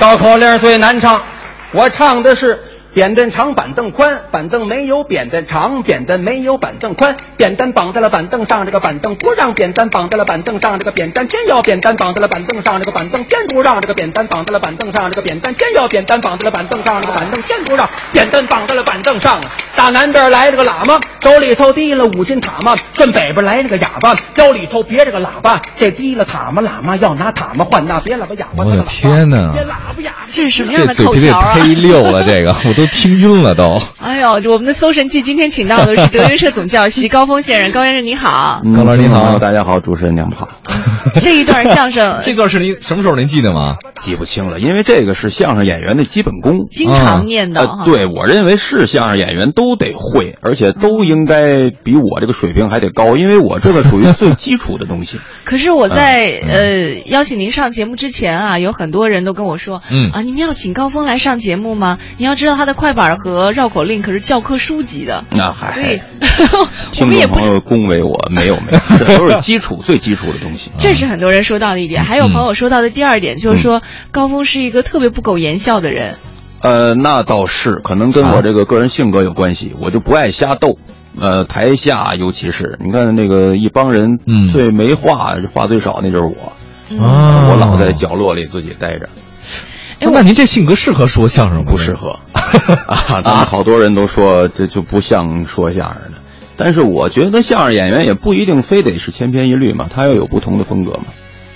绕口令最难唱，我唱的是扁担长板凳宽，板凳没有扁担长，扁担没有板凳宽，扁担绑在了板凳上，这个板凳不让扁担绑在了板凳上，这个扁担偏要扁担绑在了板凳上，这个板凳偏不让这个扁担绑在了板凳上，这个扁担偏要扁担绑在了板凳上，这个板凳偏不让扁担绑在了板凳上。大南边来这个喇嘛，手里头提了5斤塔嘛，顺北边来这个哑巴，腰里头别这个喇叭，这提了塔嘛，喇嘛要拿塔嘛换那别喇叭哑巴。 我的天哪！ 别喇叭哑巴， 这是什么样的这嘴皮得口条啊？ 忒溜了，这个我都听晕了都。 哎呦，我们的搜神记今天请到的是德云社总教习高峰先生，高先生你好。 高老师你好， 大家好，主持人娘好。 这一段相声， 这段是您什么时候您记得吗？ 记不清了，因为这个是相声演员的基本功， 经常念叨。 对，我认为是相声演员都得会，而且都应该比我这个水平还得高，因为我这个属于最基础的东西。 可是我在邀请您上节目之前啊，有很多人都跟我说，你们要请高峰来上节目吗？你要知道他的快板和绕口令可是教科书级的。 那还， 所以听众朋友恭维我，没有，这都是基础最基础的东西。 这是很多人说到的一点，还有朋友说到的第二点，就是说高峰是一个特别不苟言笑的人。 那倒是，可能跟我这个个人性格有关系，我就不爱瞎斗。台下尤其是你看那个一帮人，最没话最少那就是我。我老在角落里自己待着。 那您这性格适合说相声吗？ 不适合咱们好多人都说这就不像说相声的，但是我觉得相声演员也不一定非得是千篇一律嘛，他要有不同的风格嘛。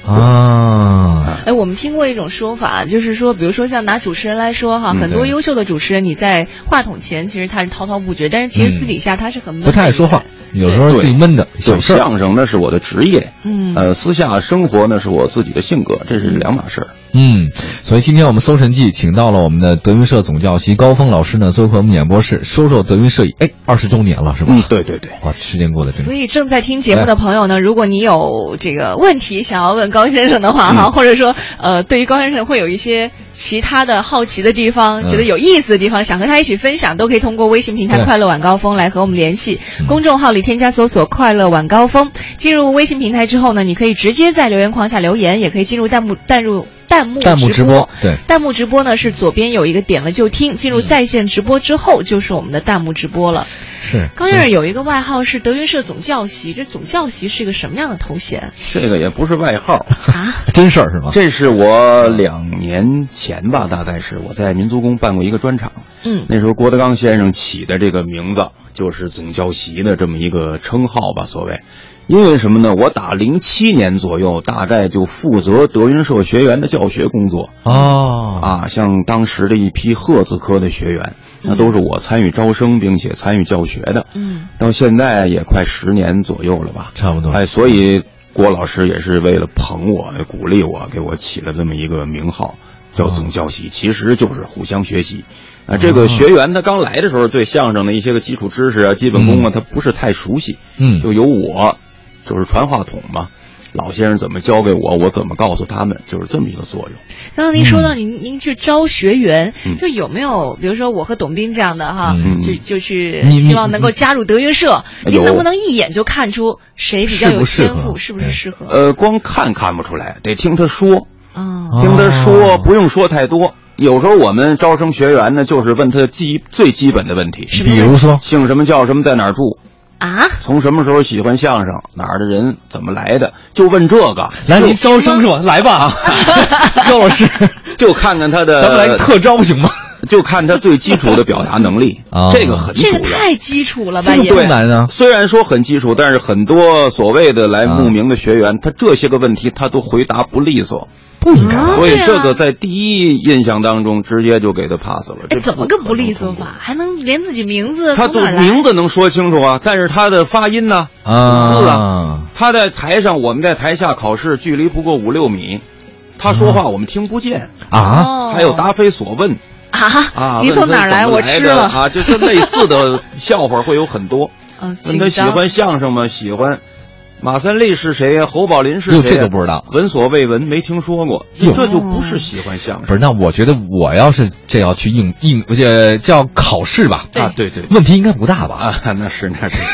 我们听过一种说法，就是说，比如说像拿主持人来说哈，很多优秀的主持人，你在话筒前其实他是滔滔不绝，但是其实私底下他是很闷的， 不太爱说话，有时候自己闷的。 对，相声那是我的职业，私下生活那是我自己的性格，这是两码事儿。 所以今天我们搜神记请到了我们的德云社总教习高峰老师呢，做客我们演播室，说说德云社20周年了，是吧？ 对对对， 哇，时间过得真。 所以正在听节目的朋友呢，如果你有这个问题想要问高先生的话哈，或者说对于高先生会有一些其他的好奇的地方，觉得有意思的地方，想和他一起分享，都可以通过微信平台快乐晚高峰来和我们联系。公众号里添加搜索快乐晚高峰，进入微信平台之后呢，你可以直接在留言框下留言，也可以进入弹幕直播。 对， 弹幕直播呢是左边有一个点了就听，进入在线直播之后就是我们的弹幕直播了。 是高先生有一个外号是德云社总教习，这总教习是一个什么样的头衔？ 这个也不是外号啊， 真事儿是吗？ 这是我2年前吧，大概是我在民族宫办过一个专场，那时候郭德纲先生起的这个名字就是总教习的这么一个称号吧，所谓。因为什么呢？我打07年左右，大概就负责德云社学员的教学工作。像当时的一批鹤字科的学员，那都是我参与招生并且参与教学的。到现在也快10年左右了吧， 差不多。 所以郭老师也是为了捧我、鼓励我，给我起了这么一个名号，叫总教习，其实就是互相学习。这个学员他刚来的时候，对相声的一些个基础知识啊、基本功啊，他不是太熟悉。就由我。就是传话筒嘛，老先生怎么教给我，我怎么告诉他们，就是这么一个作用。 刚刚您说到您去招学员，就有没有比如说我和董斌这样的哈，就是希望能够加入德云社，您能不能一眼就看出谁比较有天赋，是不是适合？ 光看不出来，得听他说。听他说，不用说太多。有时候我们招生学员呢，就是问他最基本的问题， 比如说姓什么叫什么，在哪儿住。从什么时候喜欢相声，哪儿的人，怎么来的，就问这个。 来，您招生是吧？来吧，高老师， 就看看他的， 咱们来个特招行吗？ 就看他最基础的表达能力，这个很主要。 这个太基础了吧？ 这个不难啊。 虽然说很基础，但是很多所谓的来慕名的学员，他这些个问题他都回答不利索。 不应该， 所以这个在第一印象当中直接就给他 pass 了。 怎么个不利索法？还能连自己名字他都名字能说清楚啊，但是他的发音呢？他在台上，我们在台下考试，距离不过5-6米，他说话我们听不见还有答非所问你从哪儿来？我吃了就是类似的笑话会有很多。问他喜欢相声吗？喜欢。马三立是谁呀？侯宝林是谁？ 这都不知道， 闻所未闻，没听说过。这就不是喜欢相声。 不是，那我觉得我要是这要去叫考试吧？ 对， 问题应该不大吧？ 那是。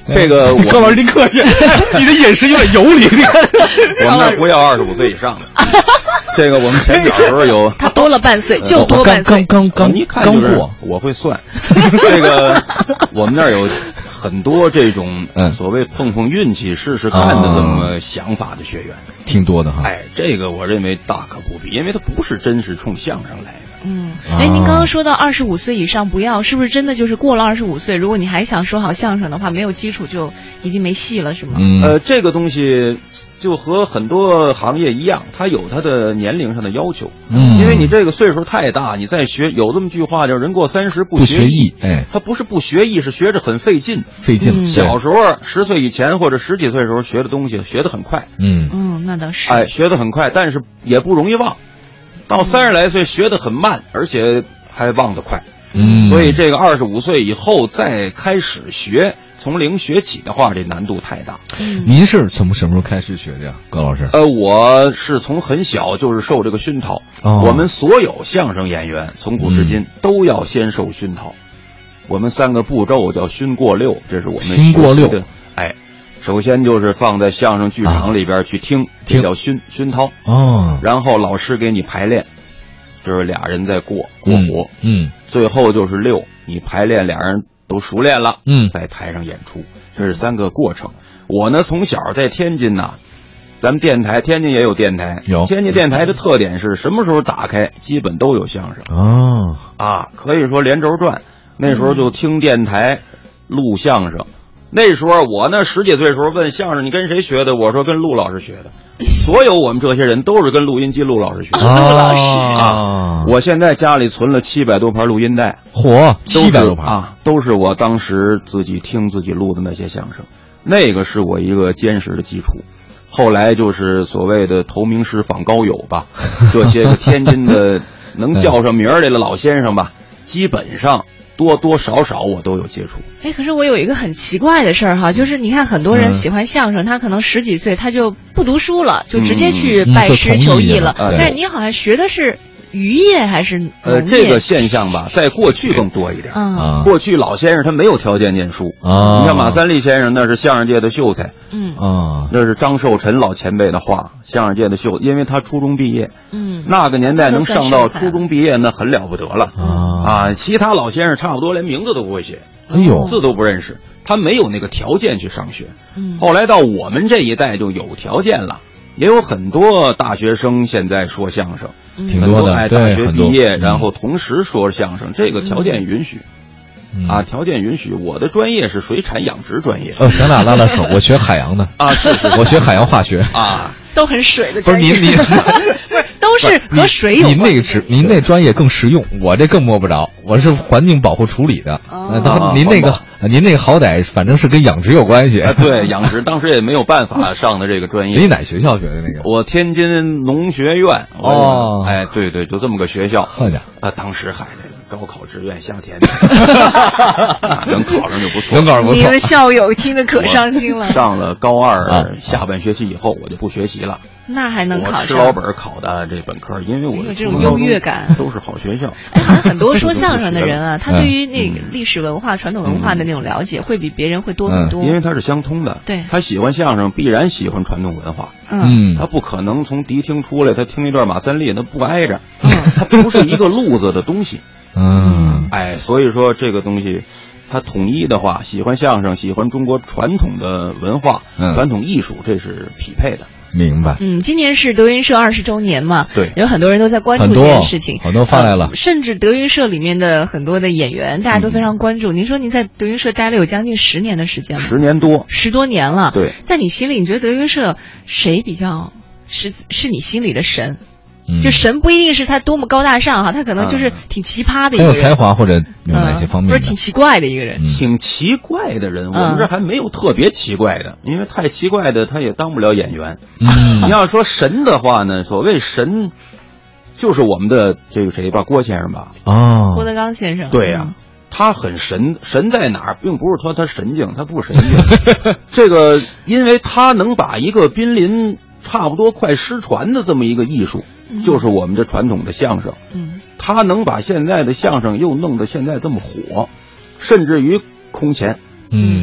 这个高老师您客气，你的眼神有点游离。 我们那不要25岁以上的。这个我们前脚时候有， 他多了半岁，就多半岁。 刚过，我会算。这个我们那儿有很多这种所谓碰碰运气、试试看的这么想法的学员， 挺多的哈。 哎，这个我认为大可不必，因为他不是真是冲相声来的。 您刚刚说到25岁以上不要，是不是真的就是过了25岁，如果你还想说好相声的话，没有基础就已经没戏了，是吗？ 这个东西就和很多行业一样，它有它的年龄上的要求。因为你这个岁数太大，你再学，有这么句话叫人过30不学艺。哎，他不是不学艺，是学着很费劲。小时候10岁以前或者10几岁的时候学的东西学得很快。 那倒是。 哎，学得很快，但是也不容易忘。到30来岁学得很慢，而且还忘得快。所以这个25岁以后再开始学，从零学起的话，这难度太大。 您是从什么时候开始学的呀，高老师？ 我是从很小就是受这个熏陶。我们所有相声演员从古至今都要先受熏陶。我们3个步骤叫熏过六，这是我们熏过六的。哎，首先就是放在相声剧场里边去听，这叫熏陶。然后老师给你排练，就是俩人在过火。最后就是六，你排练俩人都熟练了，在台上演出，这是3个过程。我呢从小在天津呐，咱们电台天津也有电台，天津电台的特点是什么时候打开基本都有相声。可以说连轴转。那时候就听电台录相声。那时候我呢10几岁的时候问相声你跟谁学的，我说跟陆老师学的。所有我们这些人都是跟录音机陆老师学的。 陆老师我现在家里存了700多盘录音带， 700多盘都是我当时自己听自己录的那些相声，那个是我一个坚实的基础。后来就是所谓的投名师访高友吧，这些个天津的能叫上名来的老先生吧，基本上多多少少我都有接触。 可是我有一个很奇怪的事儿哈，就是你看很多人喜欢相声，他可能10几岁他就不读书了，就直接去拜师求艺了。但是你好像学的是渔业还是农业？ 这个现象吧，在过去更多一点。过去老先生他没有条件念书。你像马三立先生，那是相声界的秀才。那是张寿臣老前辈的话，相声界的秀，因为他初中毕业。那个年代能上到初中毕业，那很了不得了。其他老先生差不多连名字都不会写，字都不认识，他没有那个条件去上学。后来到我们这一代就有条件了。也有很多大学生现在说相声， 挺多的， 大学毕业然后同时说相声，这个条件允许。条件允许。我的专业是水产养殖专业。 咱俩拉拉手，我学海洋的。 是， 我学海洋化学。 都很水的专业。不是您不是都是和水有关。 您那专业更实用，我这更摸不着。我是环境保护处理的。您那个好歹反正是跟养殖有关系。 对，养殖当时也没有办法上的这个专业。 你哪学校学的那个？ 我天津农学院。对，就这么个学校。当时高考志愿瞎填的。能考上就不错。 你们校友听得可伤心了。 上了高2下半学期以后，我就不学习了。 那还能考上？ 我吃老本考的这本科，因为我有这种优越感， 都是好学校。 好像很多说相声的人他对于那个历史文化、传统文化的那种了解，会比别人会多很多。 因为他是相通的。 对， 他喜欢相声，必然喜欢传统文化。他不可能从迪厅出来，他听一段马三立，他不挨着。他不是一个路子的东西。所以说这个东西，他统一的话，喜欢相声，喜欢中国传统的文化、传统艺术，这是匹配的。 明白。 今年是德云社20周年嘛， 对， 有很多人都在关注这件事情， 很多发来了， 甚至德云社里面的很多的演员，大家都非常关注。您说您在德云社待了有将近10年的时间吗 ？10年多 ，10多年了。 对， 在你心里，你觉得德云社谁比较是你心里的神？就神不一定是他多么高大上他可能就是挺奇葩的一个人， 很有才华或者有哪些方面或者挺奇怪的一个人。 挺奇怪的人，我们这还没有特别奇怪的，因为太奇怪的他也当不了演员。你要说神的话呢，所谓神就是我们的这个谁吧，郭先生吧。 郭德纲先生。 对呀。他很神在哪儿，并不是说他神经，他不神经。这个因为他能把一个濒临差不多快失传的这么一个艺术，就是我们这传统的相声。他能把现在的相声又弄得现在这么火，甚至于空前。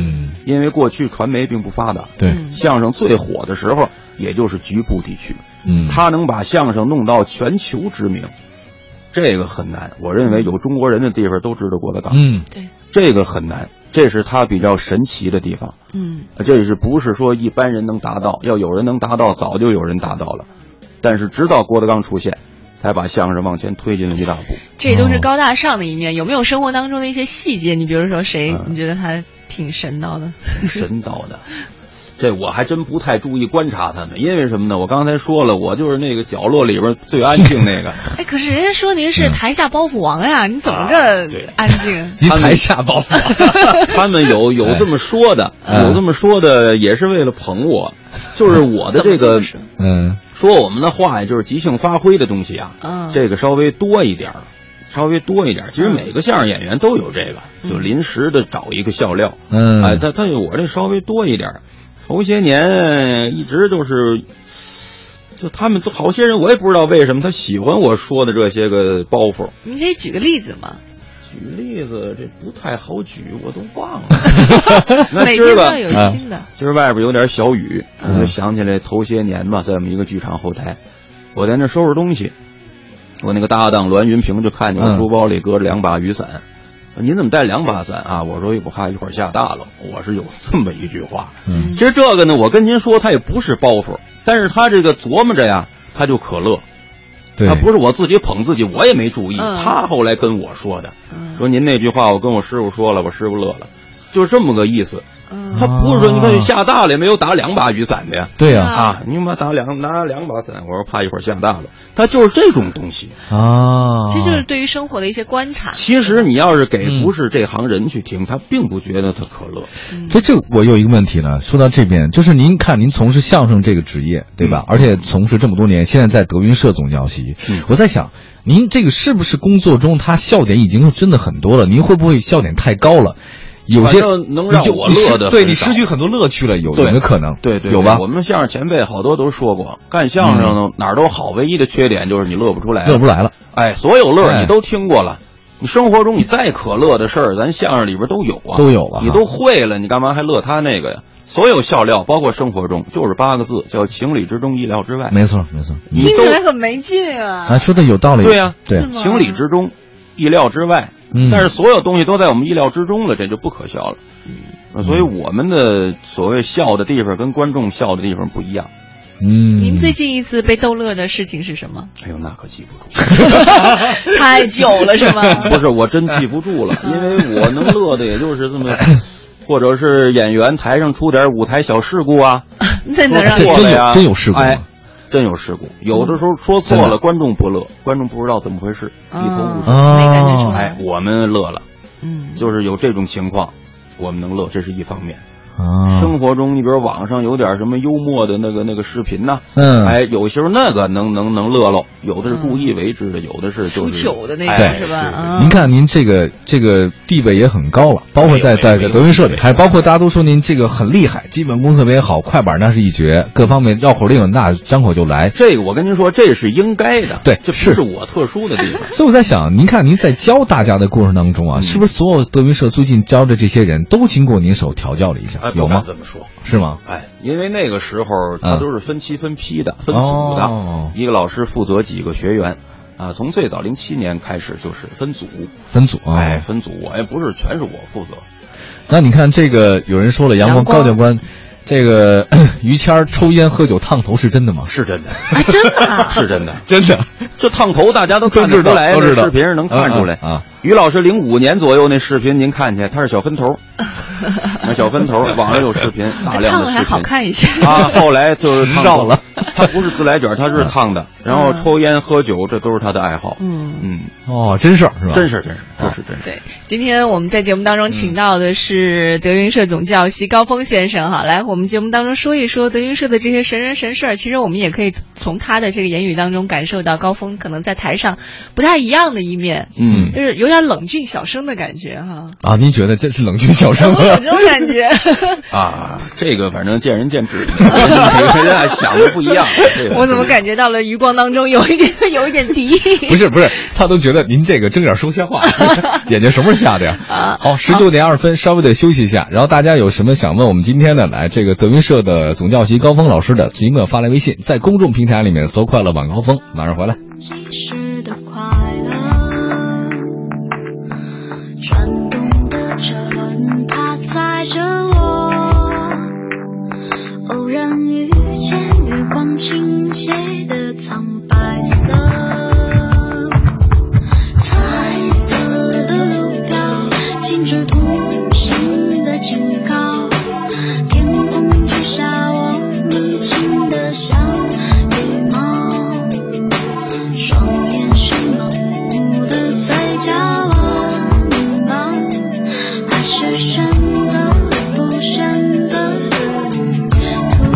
因为过去传媒并不发达， 对， 相声最火的时候也就是局部地区，他能把相声弄到全球知名，这个很难。我认为有中国人的地方都知道郭德纲， 对， 这个很难，这是他比较神奇的地方，这是不是说一般人能达到？要有人能达到，早就有人达到了，但是直到郭德纲出现，才把相声往前推进了一大步。 这都是高大上的一面，有没有生活当中的一些细节？你比如说谁，你觉得他挺神叨的？ 神叨的，这我还真不太注意观察他们，因为什么呢？我刚才说了，我就是那个角落里边最安静那个。 哎，可是人家说您是台下包袱王呀，你怎么这安静？ 您台下包袱王。 他们有这么说的，有这么说的，也是为了捧我，就是我的这个说我们的话呀，就是即兴发挥的东西啊，这个稍微多一点。其实每个相声演员都有这个，就临时的找一个笑料。他有我这稍微多一点。头些年一直就他们都好些人，我也不知道为什么他喜欢我说的这些个包袱。 你可以举个例子吗？ 举例子这不太好举，我都忘了。 那今儿吧，有新的。 今儿外边有点小雨，我就想起来头些年吧，在我们一个剧场后台，我在那收拾东西，我那个搭档栾云平就看见我书包里搁着2把雨伞。您怎么带2把伞啊？我说我怕一会儿下大了，我是有这么一句话。其实这个呢，我跟您说，他也不是包袱，但是他这个琢磨着呀，他就可乐。他不是我自己捧自己，我也没注意。他后来跟我说的，说您那句话我跟我师傅说了，我师傅乐了，就是这么个意思。他不是说你看下大了也没有打2把雨伞的呀。 对呀， 你拿2把伞，我说怕一会儿下大了。他就是这种东西其实就是对于生活的一些观察。 其实你要是给不是这行人去听，他并不觉得他可乐。 所以这我有一个问题呢，说到这边，就是您看您从事相声这个职业，对吧？而且从事这么多年，现在在德云社总教习，我在想，您这个是不是工作中他笑点已经真的很多了？您会不会笑点太高了？有些能让我乐的， 对你失去很多乐趣了，有没有可能？ 对， 有吧？ 我们相声前辈好多都说过，干相声呢哪儿都好，唯一的缺点就是你乐不出来，哎，所有乐你都听过了，你生活中你再可乐的事儿，咱相声里边都有啊，你都会了，你干嘛还乐他那个呀？所有笑料，包括生活中，就是8个字，叫情理之中，意料之外。 没错。 听起来很没劲啊！ 说的有道理。 对呀，对，情理之中，意料之外。但是所有东西都在我们意料之中了，这就不可笑了。所以我们的所谓笑的地方跟观众笑的地方不一样。 您最近一次被逗乐的事情是什么？ 哎呦，那可记不住， 太久了是吗？ 不是，我真记不住了，因为我能乐的也就是这么，或者是演员台上出点舞台小事故啊， 那能让真有事故吗？ 真有事故，有的时候说错了，观众不乐，观众不知道怎么回事，一头雾水， 没感觉出来。 哎，我们乐了，就是有这种情况，我们能乐，这是一方面。生活中，你比如网上有点什么幽默的那个视频呐，哎，有时候那个能乐喽，有的是故意为之的，有的是就是糗的那个，是吧？ 您看您这个地位也很高了，包括在德云社里，还包括大家都说您这个很厉害，基本功特别好，快板那是一绝，各方面绕口令那张口就来。 这个我跟您说，这是应该的， 对， 这不是我特殊的地方。 所以我在想，您看您在教大家的过程当中啊，是不是所有德云社最近教的这些人都经过您手调教了一下？有吗？ 这么说是吗？ 哎，因为那个时候他都是分期分批的，分组的，一个老师负责几个学员啊。从最早07年开始就是分组，哎，分组，我也不是全是我负责。 那你看这个，有人说了，阳光高教官，这个于谦抽烟喝酒烫头是真的吗？ 是真的啊，真的是真的， 真的。 这烫头大家都看得出来，这视频上能看出来啊。于老师05年左右那视频，您看见他是小分头，那小分头，网上有视频，大量的视频， 还好看一些。 后来就是烫头了，他不是自来卷，他是烫的。然后抽烟喝酒，这都是他的爱好。 真事是吧？ 真事，这是真事。 对，今天我们在节目当中请到的是德云社总教习高峰先生哈，来我们节目当中说一说德云社的这些神人神事儿。其实我们也可以从他的这个言语当中感受到高峰可能在台上不太一样的一面，就是有点冷峻小生的感觉哈。 啊，您觉得这是冷峻小生？ 有这种感觉啊。这个反正见仁见智，每个人想的不一样。 我怎么感觉到了余光当中有一点敌意？ 不是，他都觉得您这个睁眼说瞎话，眼睛什么时候瞎的呀？好，19点2分，稍微得休息一下。然后大家有什么想问我们今天的，来这个德云社的总教习高峰老师的，尽管发来微信，在公众平台里面搜快乐晚高峰，马上回来。 转动的车轮，它载着我，偶然遇见月光倾泻的苍白色，彩色的路标，禁止同行的警告，天空之下我们轻得像羽毛，双眼是盲目的嘴角，是选择不选择的旅途。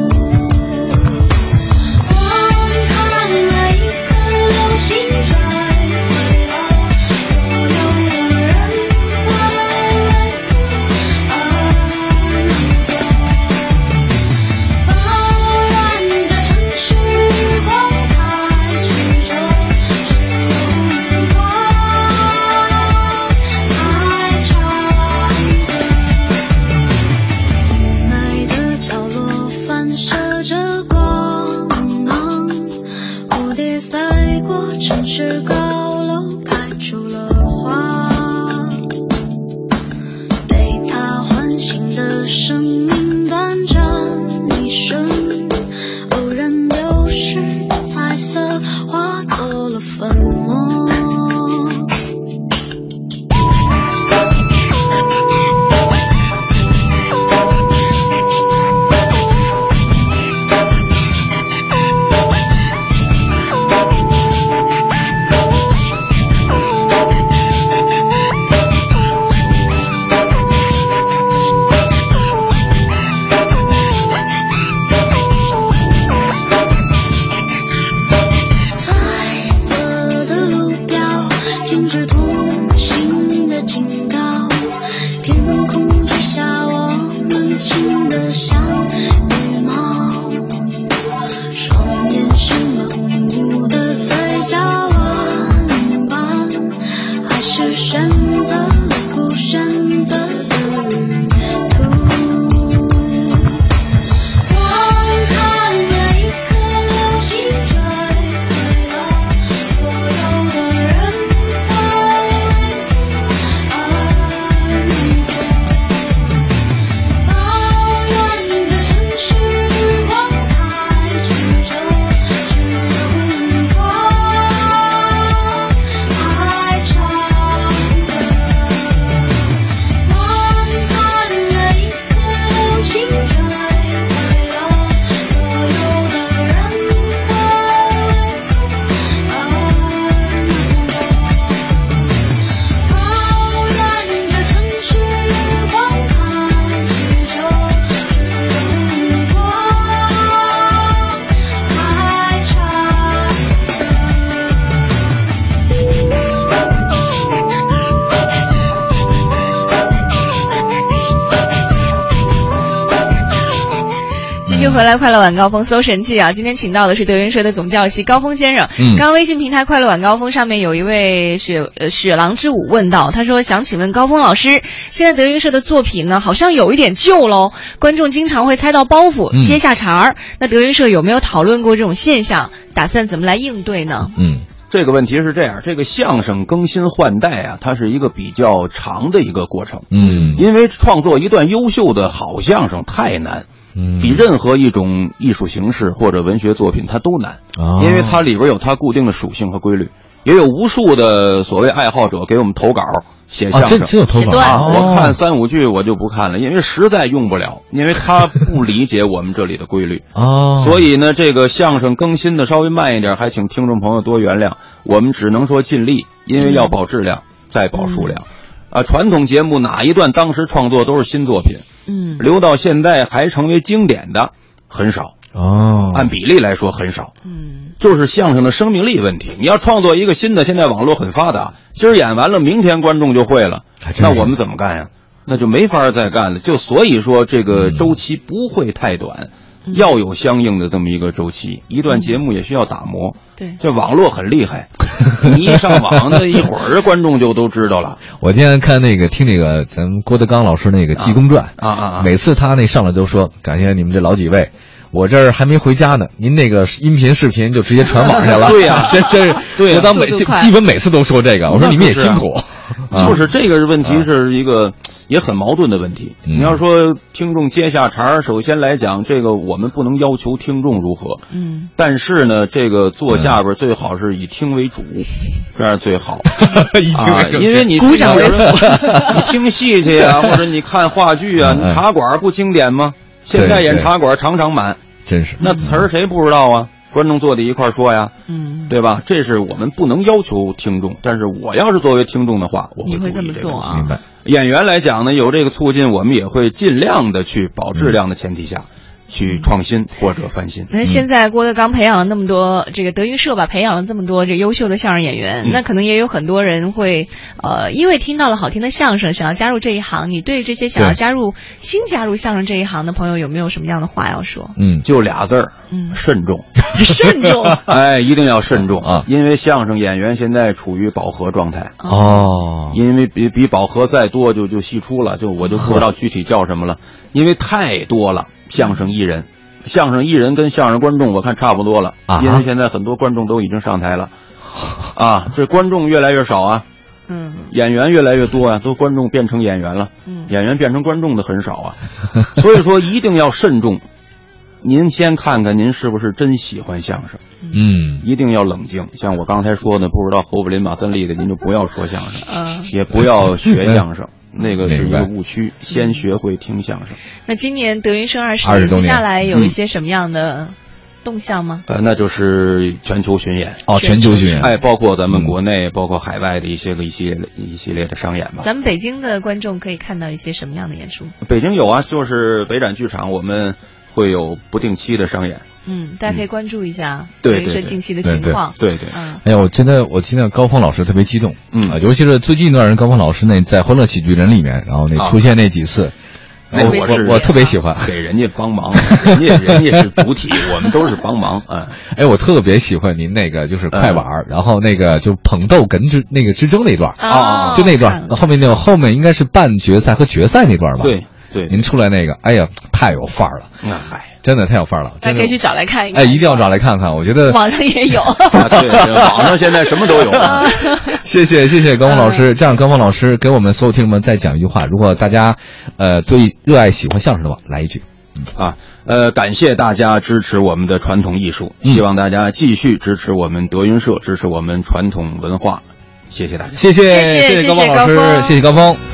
我看了一颗流星坠毁了所有的人，为此而难过。抱怨着城市光太曲折，只有光太长。射着光芒，蝴蝶飞过城市高楼，开出了花，被它唤醒的生命短暂一生，偶然丢失的彩色化作了粉末。 回来快乐晚高峰搜神器啊！今天请到的是德云社的总教习高峰先生。刚刚微信平台快乐晚高峰上面有一位雪狼之舞问到，他说想请问高峰老师，现在德云社的作品呢好像有一点旧喽，观众经常会猜到包袱，接下茬儿。那德云社有没有讨论过这种现象？打算怎么来应对呢？ 这个问题是这样，这个相声更新换代啊，它是一个比较长的一个过程。因为创作一段优秀的好相声太难。比任何一种艺术形式或者文学作品它都难，因为它里边有它固定的属性和规律。也有无数的所谓爱好者给我们投稿写相声， 真有投稿我看3、5句我就不看了，因为实在用不了，因为他不理解我们这里的规律所以呢，这个相声更新的稍微慢一点，还请听众朋友多原谅。我们只能说尽力，因为要保质量，再保数量。传统节目哪一段当时创作都是新作品，留到现在还成为经典的很少按比例来说很少，就是相声的生命力问题。你要创作一个新的，现在网络很发达，今儿演完了，明天观众就会了，那我们怎么干呀？ 那就没法再干了。就所以说这个周期不会太短。要有相应的这么一个周期，一段节目也需要打磨。 对， 这网络很厉害，你一上网的一会儿观众就都知道了。 我今天看听那个咱们郭德纲老师那个《济公传》每次他那上来都说感谢你们这老几位。我这儿还没回家呢，您那个音频视频就直接传网去了。 对呀， 真是， 对呀， 我当基本每次都说这个，我说你们也辛苦。 就是这个问题是一个也很矛盾的问题。你要说听众接下茬，首先来讲，这个我们不能要求听众如何，但是呢，这个坐下边最好是以听为主，这样最好。因为你鼓掌为辅， 你听戏去啊，或者你看话剧啊，你茶馆不经典吗？现在演茶馆场场满， 真是那词儿谁不知道啊？观众坐在一块儿说呀，对吧？这是我们不能要求听众，但是我要是作为听众的话，我会这么做啊。 明白。 演员来讲呢，有这个促进，我们也会尽量的去保质量的前提下。去创新或者翻新。 那现在郭德纲培养了那么多，这个德云社吧，培养了这么多这优秀的相声演员，那可能也有很多人会，因为听到了好听的相声，想要加入这一行。你对这些想要新加入相声这一行的朋友，有没有什么样的话要说？ 就俩字儿，慎重， 慎重。 哎，一定要慎重啊！因为相声演员现在处于饱和状态哦， 因为比饱和再多就析出了，我就不知道具体叫什么了，因为太多了。相声艺人跟相声观众我看差不多了，因为现在很多观众都已经上台了，这观众越来越少啊，演员越来越多啊，都观众变成演员了，演员变成观众的很少啊，所以说一定要慎重。您先看看您是不是真喜欢相声，一定要冷静。像我刚才说的，不知道侯宝林马三立的，您就不要说相声，也不要学相声。那个是一个误区，先学会听相声。 那今年德云社20年接下来有一些什么样的动向吗？ 那就是全球巡演全球巡演， 哎，包括咱们国内，包括海外的一系列的商演吧。 咱们北京的观众可以看到一些什么样的演出？ 北京有啊，就是北展剧场，我们会有不定期的商演。 大家可以关注一下德云社近期的情况。 对。 哎呀，我听到高峰老师特别激动，尤其是最近一段人，高峰老师在《欢乐喜剧人》里面，然后出现那几次，我特别喜欢， 给人家帮忙，人家是主体，我们都是帮忙。 我特别喜欢您那个就是快板，然后那个就捧逗哏之争那段就那段，后面应该是半决赛和决赛那段吧？对，您出来那个，哎呀，太有范儿了。真的太有范儿了， 大家可以去找来看一看。 一定要找来看看，我觉得网上也有。 对，网上现在什么都有。 谢谢高峰老师。这样，高峰老师给我们所有听众们再讲一句话：如果大家对热爱喜欢相声的话，来一句。 感谢大家支持我们的传统艺术，希望大家继续支持我们德云社，支持我们传统文化。谢谢大家， 谢谢高峰老师，谢谢高峰。